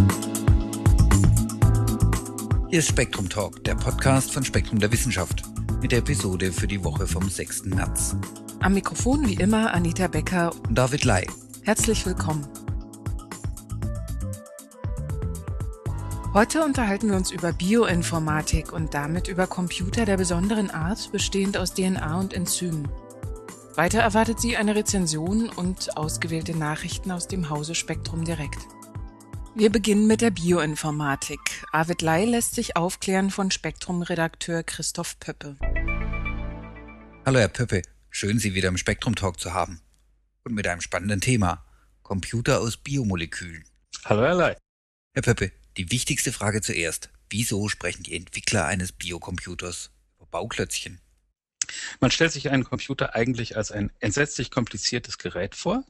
Hier ist Spektrum Talk, der Podcast von Spektrum der Wissenschaft, mit der Episode für die Woche vom 6. März. Am Mikrofon wie immer Anita Becker und David Lai. Herzlich willkommen. Heute unterhalten wir uns über Bioinformatik und damit über Computer der besonderen Art, bestehend aus DNA und Enzymen. Weiter erwartet Sie eine Rezension und ausgewählte Nachrichten aus dem Hause Spektrum Direkt. Wir beginnen mit der Bioinformatik. David Lai lässt sich aufklären von Spektrum-Redakteur Christoph Pöppe. Hallo Herr Pöppe, schön Sie wieder im Spektrum Talk zu haben. Und mit einem spannenden Thema, Computer aus Biomolekülen. Hallo Herr Lai. Herr Pöppe, die wichtigste Frage zuerst. Wieso sprechen die Entwickler eines Biocomputers über Bauklötzchen? Man stellt sich einen Computer eigentlich als ein entsetzlich kompliziertes Gerät vor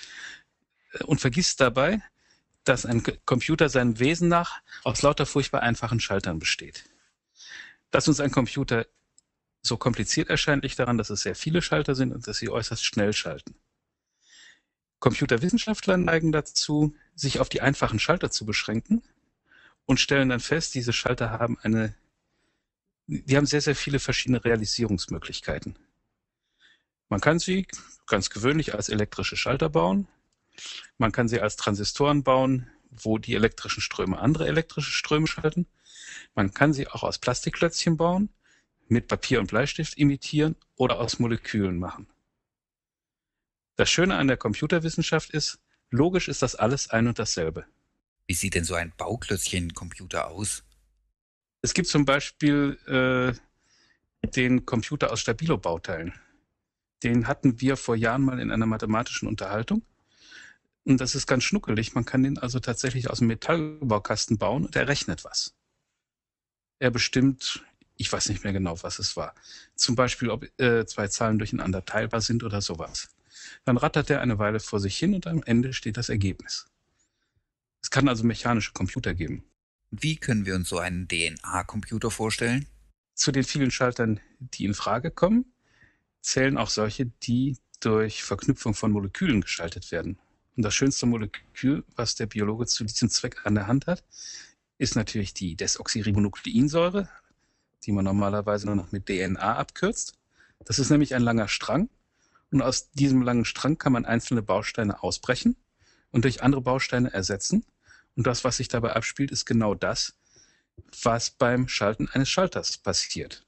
und vergisst dabei, dass ein Computer seinem Wesen nach aus lauter furchtbar einfachen Schaltern besteht. Dass uns ein Computer so kompliziert erscheint, liegt daran, dass es sehr viele Schalter sind und dass sie äußerst schnell schalten. Computerwissenschaftler neigen dazu, sich auf die einfachen Schalter zu beschränken und stellen dann fest, diese Schalter haben sehr, sehr viele verschiedene Realisierungsmöglichkeiten. Man kann sie ganz gewöhnlich als elektrische Schalter bauen. Man kann sie als Transistoren bauen, wo die elektrischen Ströme andere elektrische Ströme schalten. Man kann sie auch aus Plastikklötzchen bauen, mit Papier und Bleistift imitieren oder aus Molekülen machen. Das Schöne an der Computerwissenschaft ist, logisch ist das alles ein und dasselbe. Wie sieht denn so ein Bauklötzchen-Computer aus? Es gibt zum Beispiel den Computer aus Stabilo-Bauteilen. Den hatten wir vor Jahren mal in einer mathematischen Unterhaltung. Und das ist ganz schnuckelig. Man kann den also tatsächlich aus einem Metallbaukasten bauen und er rechnet was. Er bestimmt, ich weiß nicht mehr genau, was es war. Zum Beispiel, ob zwei Zahlen durcheinander teilbar sind oder sowas. Dann rattert er eine Weile vor sich hin und am Ende steht das Ergebnis. Es kann also mechanische Computer geben. Wie können wir uns so einen DNA-Computer vorstellen? Zu den vielen Schaltern, die in Frage kommen, zählen auch solche, die durch Verknüpfung von Molekülen gestaltet werden. Und das schönste Molekül, was der Biologe zu diesem Zweck an der Hand hat, ist natürlich die Desoxyribonukleinsäure, die man normalerweise nur noch mit DNA abkürzt. Das ist nämlich ein langer Strang. Und aus diesem langen Strang kann man einzelne Bausteine ausbrechen und durch andere Bausteine ersetzen. Und das, was sich dabei abspielt, ist genau das, was beim Schalten eines Schalters passiert.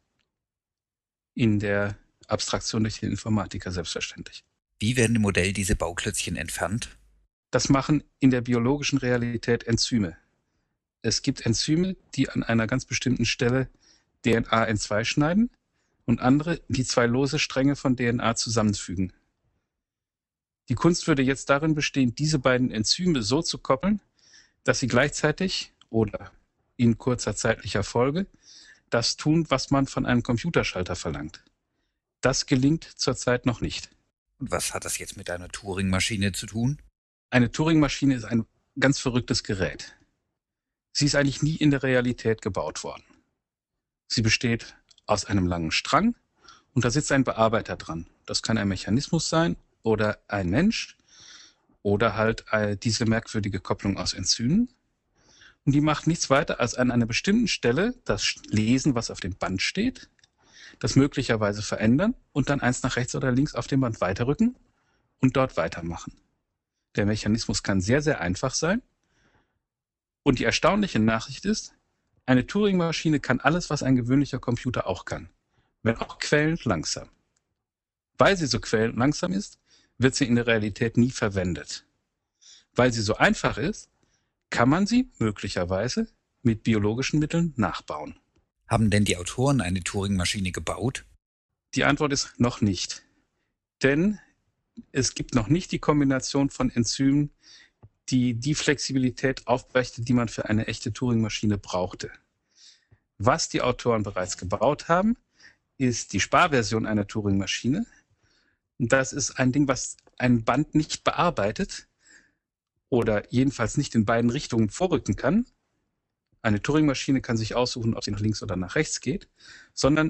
In der Abstraktion durch den Informatiker selbstverständlich. Wie werden im Modell diese Bauklötzchen entfernt? Das machen in der biologischen Realität Enzyme. Es gibt Enzyme, die an einer ganz bestimmten Stelle DNA in zwei schneiden und andere, die zwei lose Stränge von DNA zusammenfügen. Die Kunst würde jetzt darin bestehen, diese beiden Enzyme so zu koppeln, dass sie gleichzeitig oder in kurzer zeitlicher Folge das tun, was man von einem Computerschalter verlangt. Das gelingt zurzeit noch nicht. Und was hat das jetzt mit einer Turing-Maschine zu tun? Eine Turing-Maschine ist ein ganz verrücktes Gerät. Sie ist eigentlich nie in der Realität gebaut worden. Sie besteht aus einem langen Strang und da sitzt ein Bearbeiter dran. Das kann ein Mechanismus sein oder ein Mensch oder halt diese merkwürdige Kopplung aus Enzymen. Und die macht nichts weiter, als an einer bestimmten Stelle das lesen, was auf dem Band steht, das möglicherweise verändern und dann eins nach rechts oder links auf dem Band weiterrücken und dort weitermachen. Der Mechanismus kann sehr, sehr einfach sein. Und die erstaunliche Nachricht ist, eine Turing-Maschine kann alles, was ein gewöhnlicher Computer auch kann, wenn auch quälend langsam. Weil sie so quälend langsam ist, wird sie in der Realität nie verwendet. Weil sie so einfach ist, kann man sie möglicherweise mit biologischen Mitteln nachbauen. Haben denn die Autoren eine Turing-Maschine gebaut? Die Antwort ist noch nicht. Denn es gibt noch nicht die Kombination von Enzymen, die die Flexibilität aufbrächte, die man für eine echte Turing-Maschine brauchte. Was die Autoren bereits gebaut haben, ist die Sparversion einer Turing-Maschine. Das ist ein Ding, was ein Band nicht bearbeitet oder jedenfalls nicht in beiden Richtungen vorrücken kann. Eine Turing-Maschine kann sich aussuchen, ob sie nach links oder nach rechts geht, sondern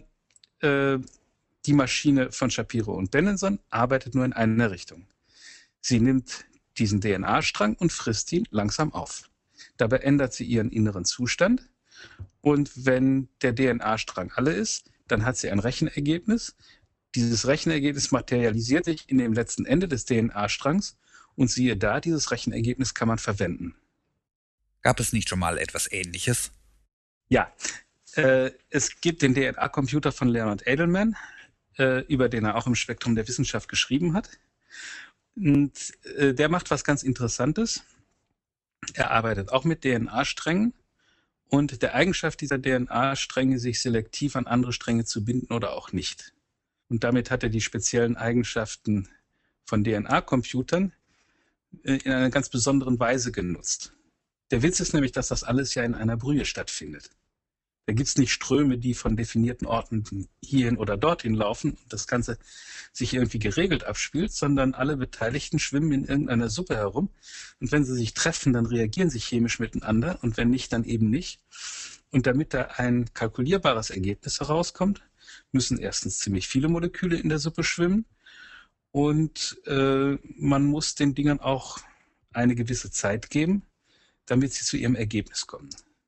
die Maschine von Shapiro und Benenson arbeitet nur in eine Richtung. Sie nimmt diesen DNA-Strang und frisst ihn langsam auf. Dabei ändert sie ihren inneren Zustand. Und wenn der DNA-Strang alle ist, dann hat sie ein Rechenergebnis. Dieses Rechenergebnis materialisiert sich in dem letzten Ende des DNA-Strangs und siehe da, dieses Rechenergebnis kann man verwenden. Gab es nicht schon mal etwas Ähnliches? Ja, es gibt den DNA-Computer von Leonard Edelman, über den er auch im Spektrum der Wissenschaft geschrieben hat. Und der macht was ganz Interessantes. Er arbeitet auch mit DNA-Strängen und der Eigenschaft dieser DNA-Stränge, sich selektiv an andere Stränge zu binden oder auch nicht. Und damit hat er die speziellen Eigenschaften von DNA-Computern in einer ganz besonderen Weise genutzt. Der Witz ist nämlich, dass das alles ja in einer Brühe stattfindet. Da gibt es nicht Ströme, die von definierten Orten hierhin oder dorthin laufen und das Ganze sich irgendwie geregelt abspielt, sondern alle Beteiligten schwimmen in irgendeiner Suppe herum. Und wenn sie sich treffen, dann reagieren sie chemisch miteinander und wenn nicht, dann eben nicht. Und damit da ein kalkulierbares Ergebnis herauskommt, müssen erstens ziemlich viele Moleküle in der Suppe schwimmen und man muss den Dingern auch eine gewisse Zeit geben, damit sie zu ihrem Ergebnis kommen.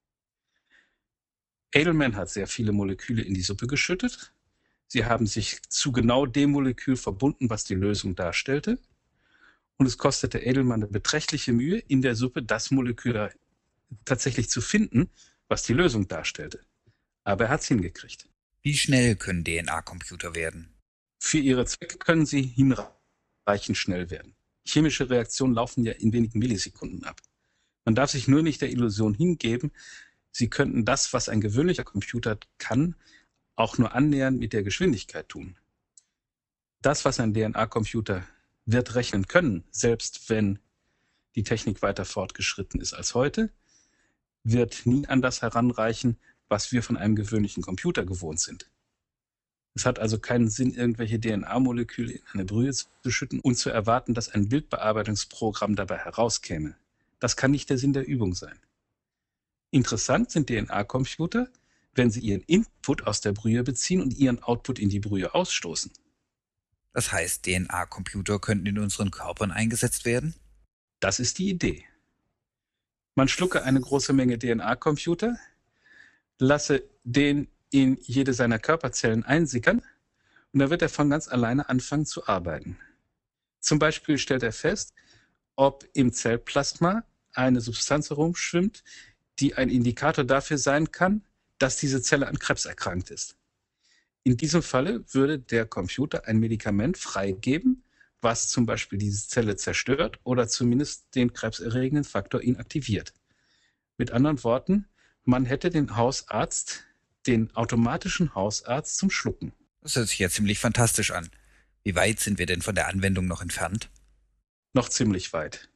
Edelman hat sehr viele Moleküle in die Suppe geschüttet. Sie haben sich zu genau dem Molekül verbunden, was die Lösung darstellte. Und es kostete Edelman eine beträchtliche Mühe, in der Suppe das Molekül tatsächlich zu finden, was die Lösung darstellte. Aber er hat es hingekriegt. Wie schnell können DNA-Computer werden? Für ihre Zwecke können sie hinreichend schnell werden. Chemische Reaktionen laufen ja in wenigen Millisekunden ab. Man darf sich nur nicht der Illusion hingeben, sie könnten das, was ein gewöhnlicher Computer kann, auch nur annähernd mit der Geschwindigkeit tun. Das, was ein DNA-Computer wird rechnen können, selbst wenn die Technik weiter fortgeschritten ist als heute, wird nie an das heranreichen, was wir von einem gewöhnlichen Computer gewohnt sind. Es hat also keinen Sinn, irgendwelche DNA-Moleküle in eine Brühe zu schütten und zu erwarten, dass ein Bildbearbeitungsprogramm dabei herauskäme. Das kann nicht der Sinn der Übung sein. Interessant sind DNA-Computer, wenn sie ihren Input aus der Brühe beziehen und ihren Output in die Brühe ausstoßen. Das heißt, DNA-Computer könnten in unseren Körpern eingesetzt werden? Das ist die Idee. Man schlucke eine große Menge DNA-Computer, lasse den in jede seiner Körperzellen einsickern und dann wird er von ganz alleine anfangen zu arbeiten. Zum Beispiel stellt er fest, ob im Zellplasma eine Substanz herumschwimmt, die ein Indikator dafür sein kann, dass diese Zelle an Krebs erkrankt ist. In diesem Falle würde der Computer ein Medikament freigeben, was zum Beispiel diese Zelle zerstört oder zumindest den krebserregenden Faktor inaktiviert. Mit anderen Worten, man hätte den Hausarzt, den automatischen Hausarzt zum Schlucken. Das hört sich ja ziemlich fantastisch an. Wie weit sind wir denn von der Anwendung noch entfernt? Noch ziemlich weit.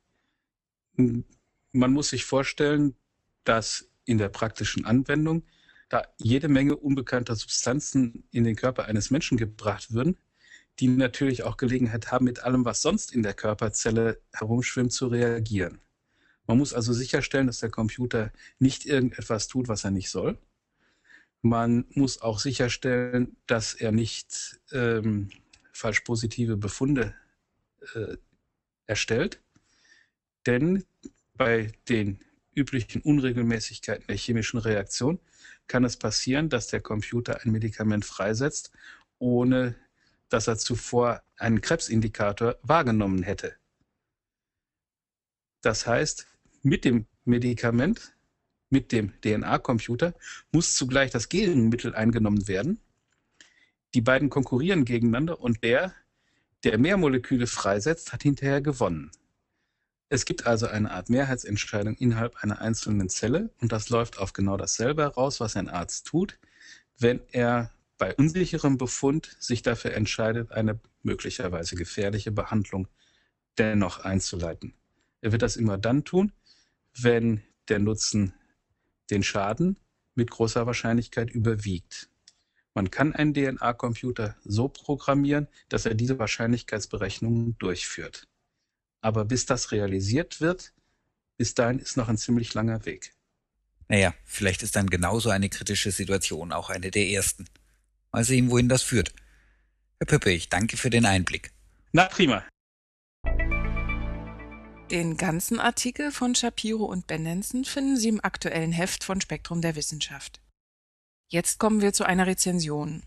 Man muss sich vorstellen, dass in der praktischen Anwendung da jede Menge unbekannter Substanzen in den Körper eines Menschen gebracht würden, die natürlich auch Gelegenheit haben, mit allem, was sonst in der Körperzelle herumschwimmt, zu reagieren. Man muss also sicherstellen, dass der Computer nicht irgendetwas tut, was er nicht soll. Man muss auch sicherstellen, dass er nicht falsch positive Befunde erstellt. Denn bei den üblichen Unregelmäßigkeiten der chemischen Reaktion kann es passieren, dass der Computer ein Medikament freisetzt, ohne dass er zuvor einen Krebsindikator wahrgenommen hätte. Das heißt, mit dem Medikament, mit dem DNA-Computer, muss zugleich das Gegenmittel eingenommen werden. Die beiden konkurrieren gegeneinander und der mehr Moleküle freisetzt, hat hinterher gewonnen. Es gibt also eine Art Mehrheitsentscheidung innerhalb einer einzelnen Zelle und das läuft auf genau dasselbe heraus, was ein Arzt tut, wenn er bei unsicherem Befund sich dafür entscheidet, eine möglicherweise gefährliche Behandlung dennoch einzuleiten. Er wird das immer dann tun, wenn der Nutzen den Schaden mit großer Wahrscheinlichkeit überwiegt. Man kann einen DNA-Computer so programmieren, dass er diese Wahrscheinlichkeitsberechnungen durchführt. Aber bis das realisiert wird, bis dahin ist noch ein ziemlich langer Weg. Naja, vielleicht ist dann genauso eine kritische Situation auch eine der ersten. Mal sehen, wohin das führt. Herr Pöppe, ich danke für den Einblick. Na prima. Den ganzen Artikel von Shapiro und Benenson finden Sie im aktuellen Heft von Spektrum der Wissenschaft. Jetzt kommen wir zu einer Rezension.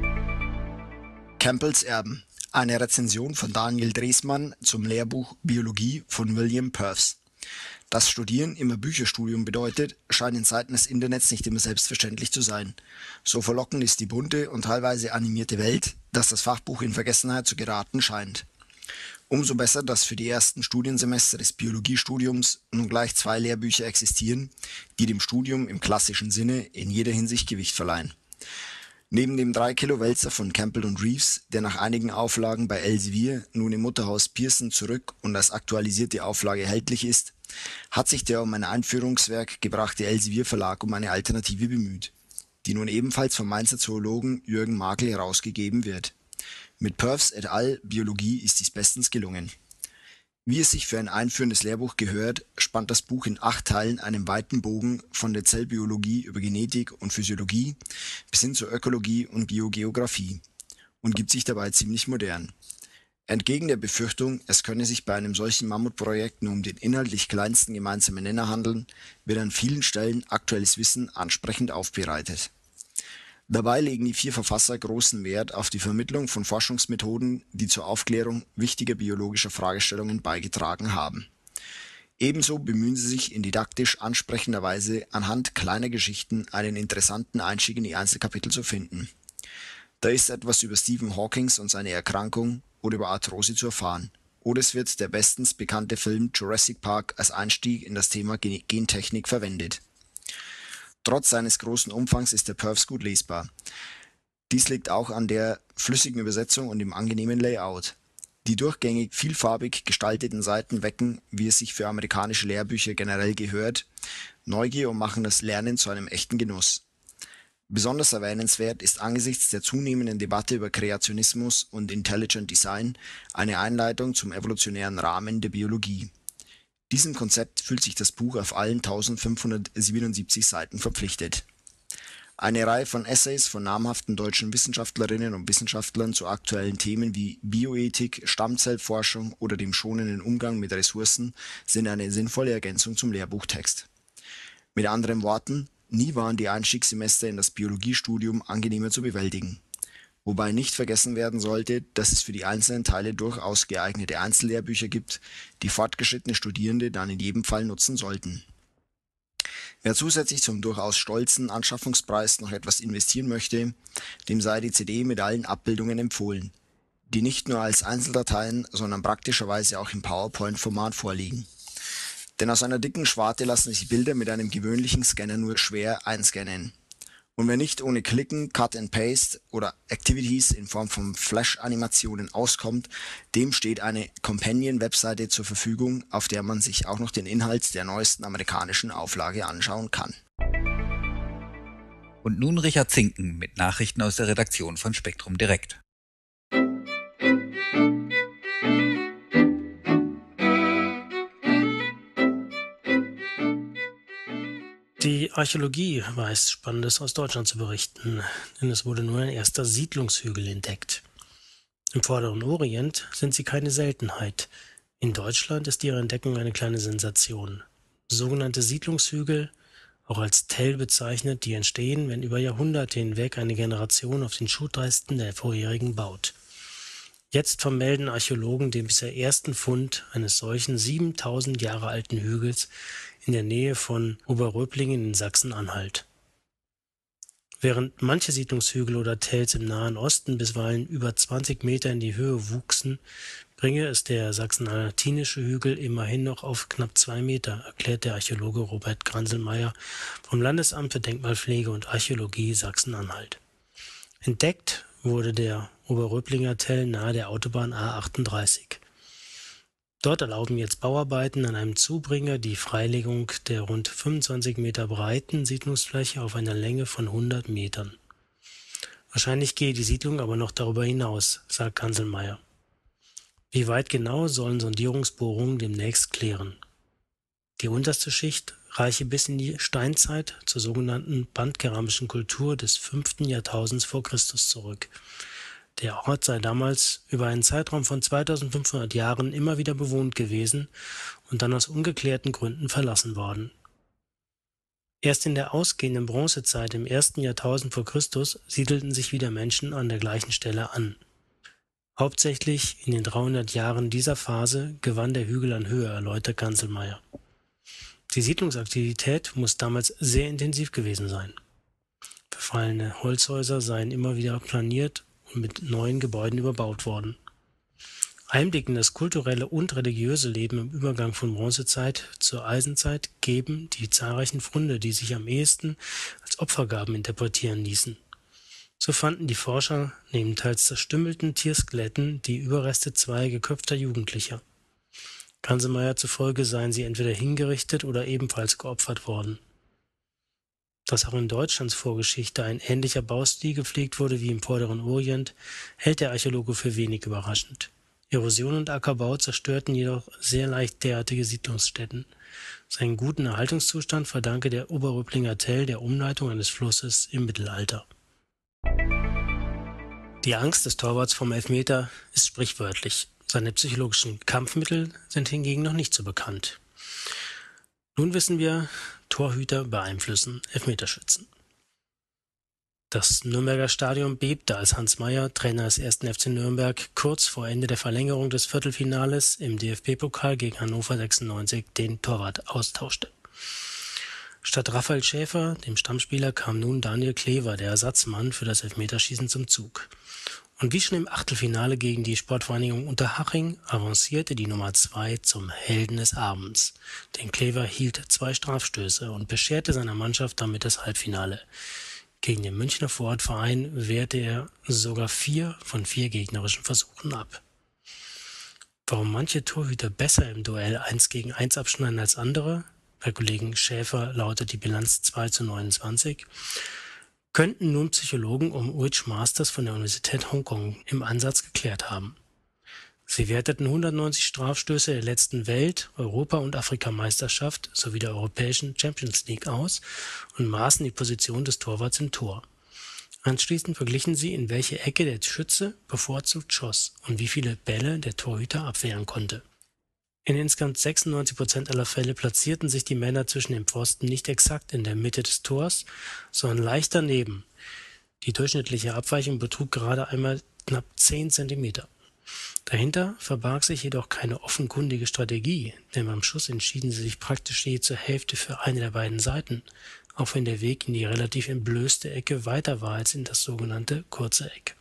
Campbells Erben. Eine Rezension von Daniel Dresmann zum Lehrbuch Biologie von William Purves. Dass Studieren immer Bücherstudium bedeutet, scheint in Zeiten des Internets nicht immer selbstverständlich zu sein. So verlockend ist die bunte und teilweise animierte Welt, dass das Fachbuch in Vergessenheit zu geraten scheint. Umso besser, dass für die ersten Studiensemester des Biologiestudiums nun gleich 2 Lehrbücher existieren, die dem Studium im klassischen Sinne in jeder Hinsicht Gewicht verleihen. Neben dem 3-Kilo-Wälzer von Campbell und Reeves, der nach einigen Auflagen bei Elsevier nun im Mutterhaus Pearson zurück und als aktualisierte Auflage erhältlich ist, hat sich der um ein Einführungswerk gebrachte Elsevier Verlag um eine Alternative bemüht, die nun ebenfalls vom Mainzer Zoologen Jürgen Makel herausgegeben wird. Mit Purves et al. Biologie ist dies bestens gelungen. Wie es sich für ein einführendes Lehrbuch gehört, spannt das Buch in 8 Teilen einen weiten Bogen von der Zellbiologie über Genetik und Physiologie bis hin zur Ökologie und Biogeographie und gibt sich dabei ziemlich modern. Entgegen der Befürchtung, es könne sich bei einem solchen Mammutprojekt nur um den inhaltlich kleinsten gemeinsamen Nenner handeln, wird an vielen Stellen aktuelles Wissen ansprechend aufbereitet. Dabei legen die 4 Verfasser großen Wert auf die Vermittlung von Forschungsmethoden, die zur Aufklärung wichtiger biologischer Fragestellungen beigetragen haben. Ebenso bemühen sie sich in didaktisch ansprechender Weise anhand kleiner Geschichten einen interessanten Einstieg in die Einzelkapitel zu finden. Da ist etwas über Stephen Hawking und seine Erkrankung oder über Arthrose zu erfahren. Oder es wird der bestens bekannte Film Jurassic Park als Einstieg in das Thema Gentechnik verwendet. Trotz seines großen Umfangs ist der Purves gut lesbar. Dies liegt auch an der flüssigen Übersetzung und dem angenehmen Layout. Die durchgängig vielfarbig gestalteten Seiten wecken, wie es sich für amerikanische Lehrbücher generell gehört, Neugier und machen das Lernen zu einem echten Genuss. Besonders erwähnenswert ist angesichts der zunehmenden Debatte über Kreationismus und Intelligent Design eine Einleitung zum evolutionären Rahmen der Biologie. Diesem Konzept fühlt sich das Buch auf allen 1577 Seiten verpflichtet. Eine Reihe von Essays von namhaften deutschen Wissenschaftlerinnen und Wissenschaftlern zu aktuellen Themen wie Bioethik, Stammzellforschung oder dem schonenden Umgang mit Ressourcen sind eine sinnvolle Ergänzung zum Lehrbuchtext. Mit anderen Worten, nie waren die Einstiegssemester in das Biologiestudium angenehmer zu bewältigen. Wobei nicht vergessen werden sollte, dass es für die einzelnen Teile durchaus geeignete Einzellehrbücher gibt, die fortgeschrittene Studierende dann in jedem Fall nutzen sollten. Wer zusätzlich zum durchaus stolzen Anschaffungspreis noch etwas investieren möchte, dem sei die CD mit allen Abbildungen empfohlen, die nicht nur als Einzeldateien, sondern praktischerweise auch im PowerPoint-Format vorliegen. Denn aus einer dicken Schwarte lassen sich Bilder mit einem gewöhnlichen Scanner nur schwer einscannen. Und wer nicht ohne Klicken, Cut and Paste oder Activities in Form von Flash-Animationen auskommt, dem steht eine Companion-Webseite zur Verfügung, auf der man sich auch noch den Inhalt der neuesten amerikanischen Auflage anschauen kann. Und nun Richard Zinken mit Nachrichten aus der Redaktion von Spektrum Direkt. Die Archäologie weiß Spannendes aus Deutschland zu berichten, denn es wurde nur ein erster Siedlungshügel entdeckt. Im Vorderen Orient sind sie keine Seltenheit. In Deutschland ist ihre Entdeckung eine kleine Sensation. Sogenannte Siedlungshügel, auch als Tell bezeichnet, die entstehen, wenn über Jahrhunderte hinweg eine Generation auf den Schuttresten der vorherigen baut. Jetzt vermelden Archäologen den bisher ersten Fund eines solchen 7000 Jahre alten Hügels in der Nähe von Oberröblingen in Sachsen-Anhalt. Während manche Siedlungshügel oder Tells im Nahen Osten bisweilen über 20 Meter in die Höhe wuchsen, bringe es der sachsen-anhaltinische Hügel immerhin noch auf knapp 2 Meter, erklärt der Archäologe Robert Granselmeier vom Landesamt für Denkmalpflege und Archäologie Sachsen-Anhalt. Entdeckt wurde der Oberröblinger Tell nahe der Autobahn A38. Dort erlauben jetzt Bauarbeiten an einem Zubringer die Freilegung der rund 25 Meter breiten Siedlungsfläche auf einer Länge von 100 Metern. Wahrscheinlich gehe die Siedlung aber noch darüber hinaus, sagt Granselmeier. Wie weit genau sollen Sondierungsbohrungen demnächst klären. Die unterste Schicht reiche bis in die Steinzeit zur sogenannten bandkeramischen Kultur des 5. Jahrtausends vor Christus zurück. Der Ort sei damals über einen Zeitraum von 2500 Jahren immer wieder bewohnt gewesen und dann aus ungeklärten Gründen verlassen worden. Erst in der ausgehenden Bronzezeit im 1. Jahrtausend vor Christus siedelten sich wieder Menschen an der gleichen Stelle an. Hauptsächlich in den 300 Jahren dieser Phase gewann der Hügel an Höhe, erläutert Ganselmeier. Die Siedlungsaktivität muss damals sehr intensiv gewesen sein. Verfallene Holzhäuser seien immer wieder planiert und mit neuen Gebäuden überbaut worden. Einblick in das kulturelle und religiöse Leben im Übergang von Bronzezeit zur Eisenzeit geben die zahlreichen Funde, die sich am ehesten als Opfergaben interpretieren ließen. So fanden die Forscher neben teils zerstümmelten Tierskeletten die Überreste zweier geköpfter Jugendlicher. Ganselmeier zufolge seien sie entweder hingerichtet oder ebenfalls geopfert worden. Dass auch in Deutschlands Vorgeschichte ein ähnlicher Baustil gepflegt wurde wie im Vorderen Orient, hält der Archäologe für wenig überraschend. Erosion und Ackerbau zerstörten jedoch sehr leicht derartige Siedlungsstätten. Seinen guten Erhaltungszustand verdanke der Oberröblinger Tell der Umleitung eines Flusses im Mittelalter. Die Angst des Torwarts vom Elfmeter ist sprichwörtlich. Seine psychologischen Kampfmittel sind hingegen noch nicht so bekannt. Nun wissen wir, Torhüter beeinflussen Elfmeterschützen. Das Nürnberger Stadion bebte, als Hans Meyer, Trainer des 1. FC Nürnberg, kurz vor Ende der Verlängerung des Viertelfinales im DFB-Pokal gegen Hannover 96 den Torwart austauschte. Statt Raphael Schäfer, dem Stammspieler, kam nun Daniel Klever, der Ersatzmann für das Elfmeterschießen, zum Zug. Und wie schon im Achtelfinale gegen die Sportvereinigung Unterhaching avancierte die Nummer 2 zum Helden des Abends. Denn Klever hielt 2 Strafstöße und bescherte seiner Mannschaft damit das Halbfinale. Gegen den Münchner Vorortverein wehrte er sogar 4 von 4 gegnerischen Versuchen ab. Warum manche Torhüter besser im Duell 1 gegen 1 abschneiden als andere, bei Kollegen Schäfer lautet die Bilanz 2:29, könnten nun Psychologen um Rich Masters von der Universität Hongkong im Ansatz geklärt haben. Sie werteten 190 Strafstöße der letzten Welt-, Europa- und Afrikameisterschaft sowie der Europäischen Champions League aus und maßen die Position des Torwarts im Tor. Anschließend verglichen sie, in welche Ecke der Schütze bevorzugt schoss und wie viele Bälle der Torhüter abwehren konnte. In insgesamt 96% aller Fälle platzierten sich die Männer zwischen den Pfosten nicht exakt in der Mitte des Tors, sondern leicht daneben. Die durchschnittliche Abweichung betrug gerade einmal knapp 10 Zentimeter. Dahinter verbarg sich jedoch keine offenkundige Strategie, denn beim Schuss entschieden sie sich praktisch je zur Hälfte für eine der beiden Seiten, auch wenn der Weg in die relativ entblößte Ecke weiter war als in das sogenannte kurze Eck.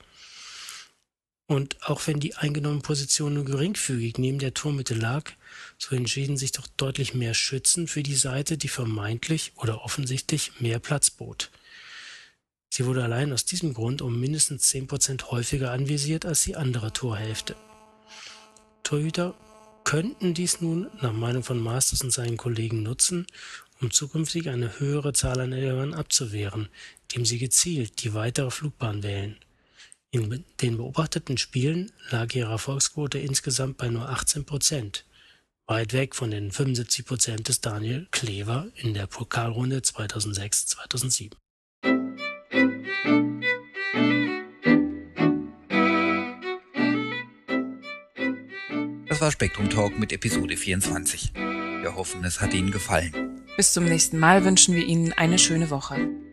Und auch wenn die eingenommene Position nur geringfügig neben der Tormitte lag, so entschieden sich doch deutlich mehr Schützen für die Seite, die vermeintlich oder offensichtlich mehr Platz bot. Sie wurde allein aus diesem Grund um mindestens 10% häufiger anvisiert als die andere Torhälfte. Torhüter könnten dies nun nach Meinung von Masters und seinen Kollegen nutzen, um zukünftig eine höhere Zahl an Elfern abzuwehren, indem sie gezielt die weitere Flugbahn wählen. In den beobachteten Spielen lag ihre Erfolgsquote insgesamt bei nur 18%, weit weg von den 75% des Daniel Klever in der Pokalrunde 2006-2007. Das war Spektrum Talk mit Episode 24. Wir hoffen, es hat Ihnen gefallen. Bis zum nächsten Mal wünschen wir Ihnen eine schöne Woche.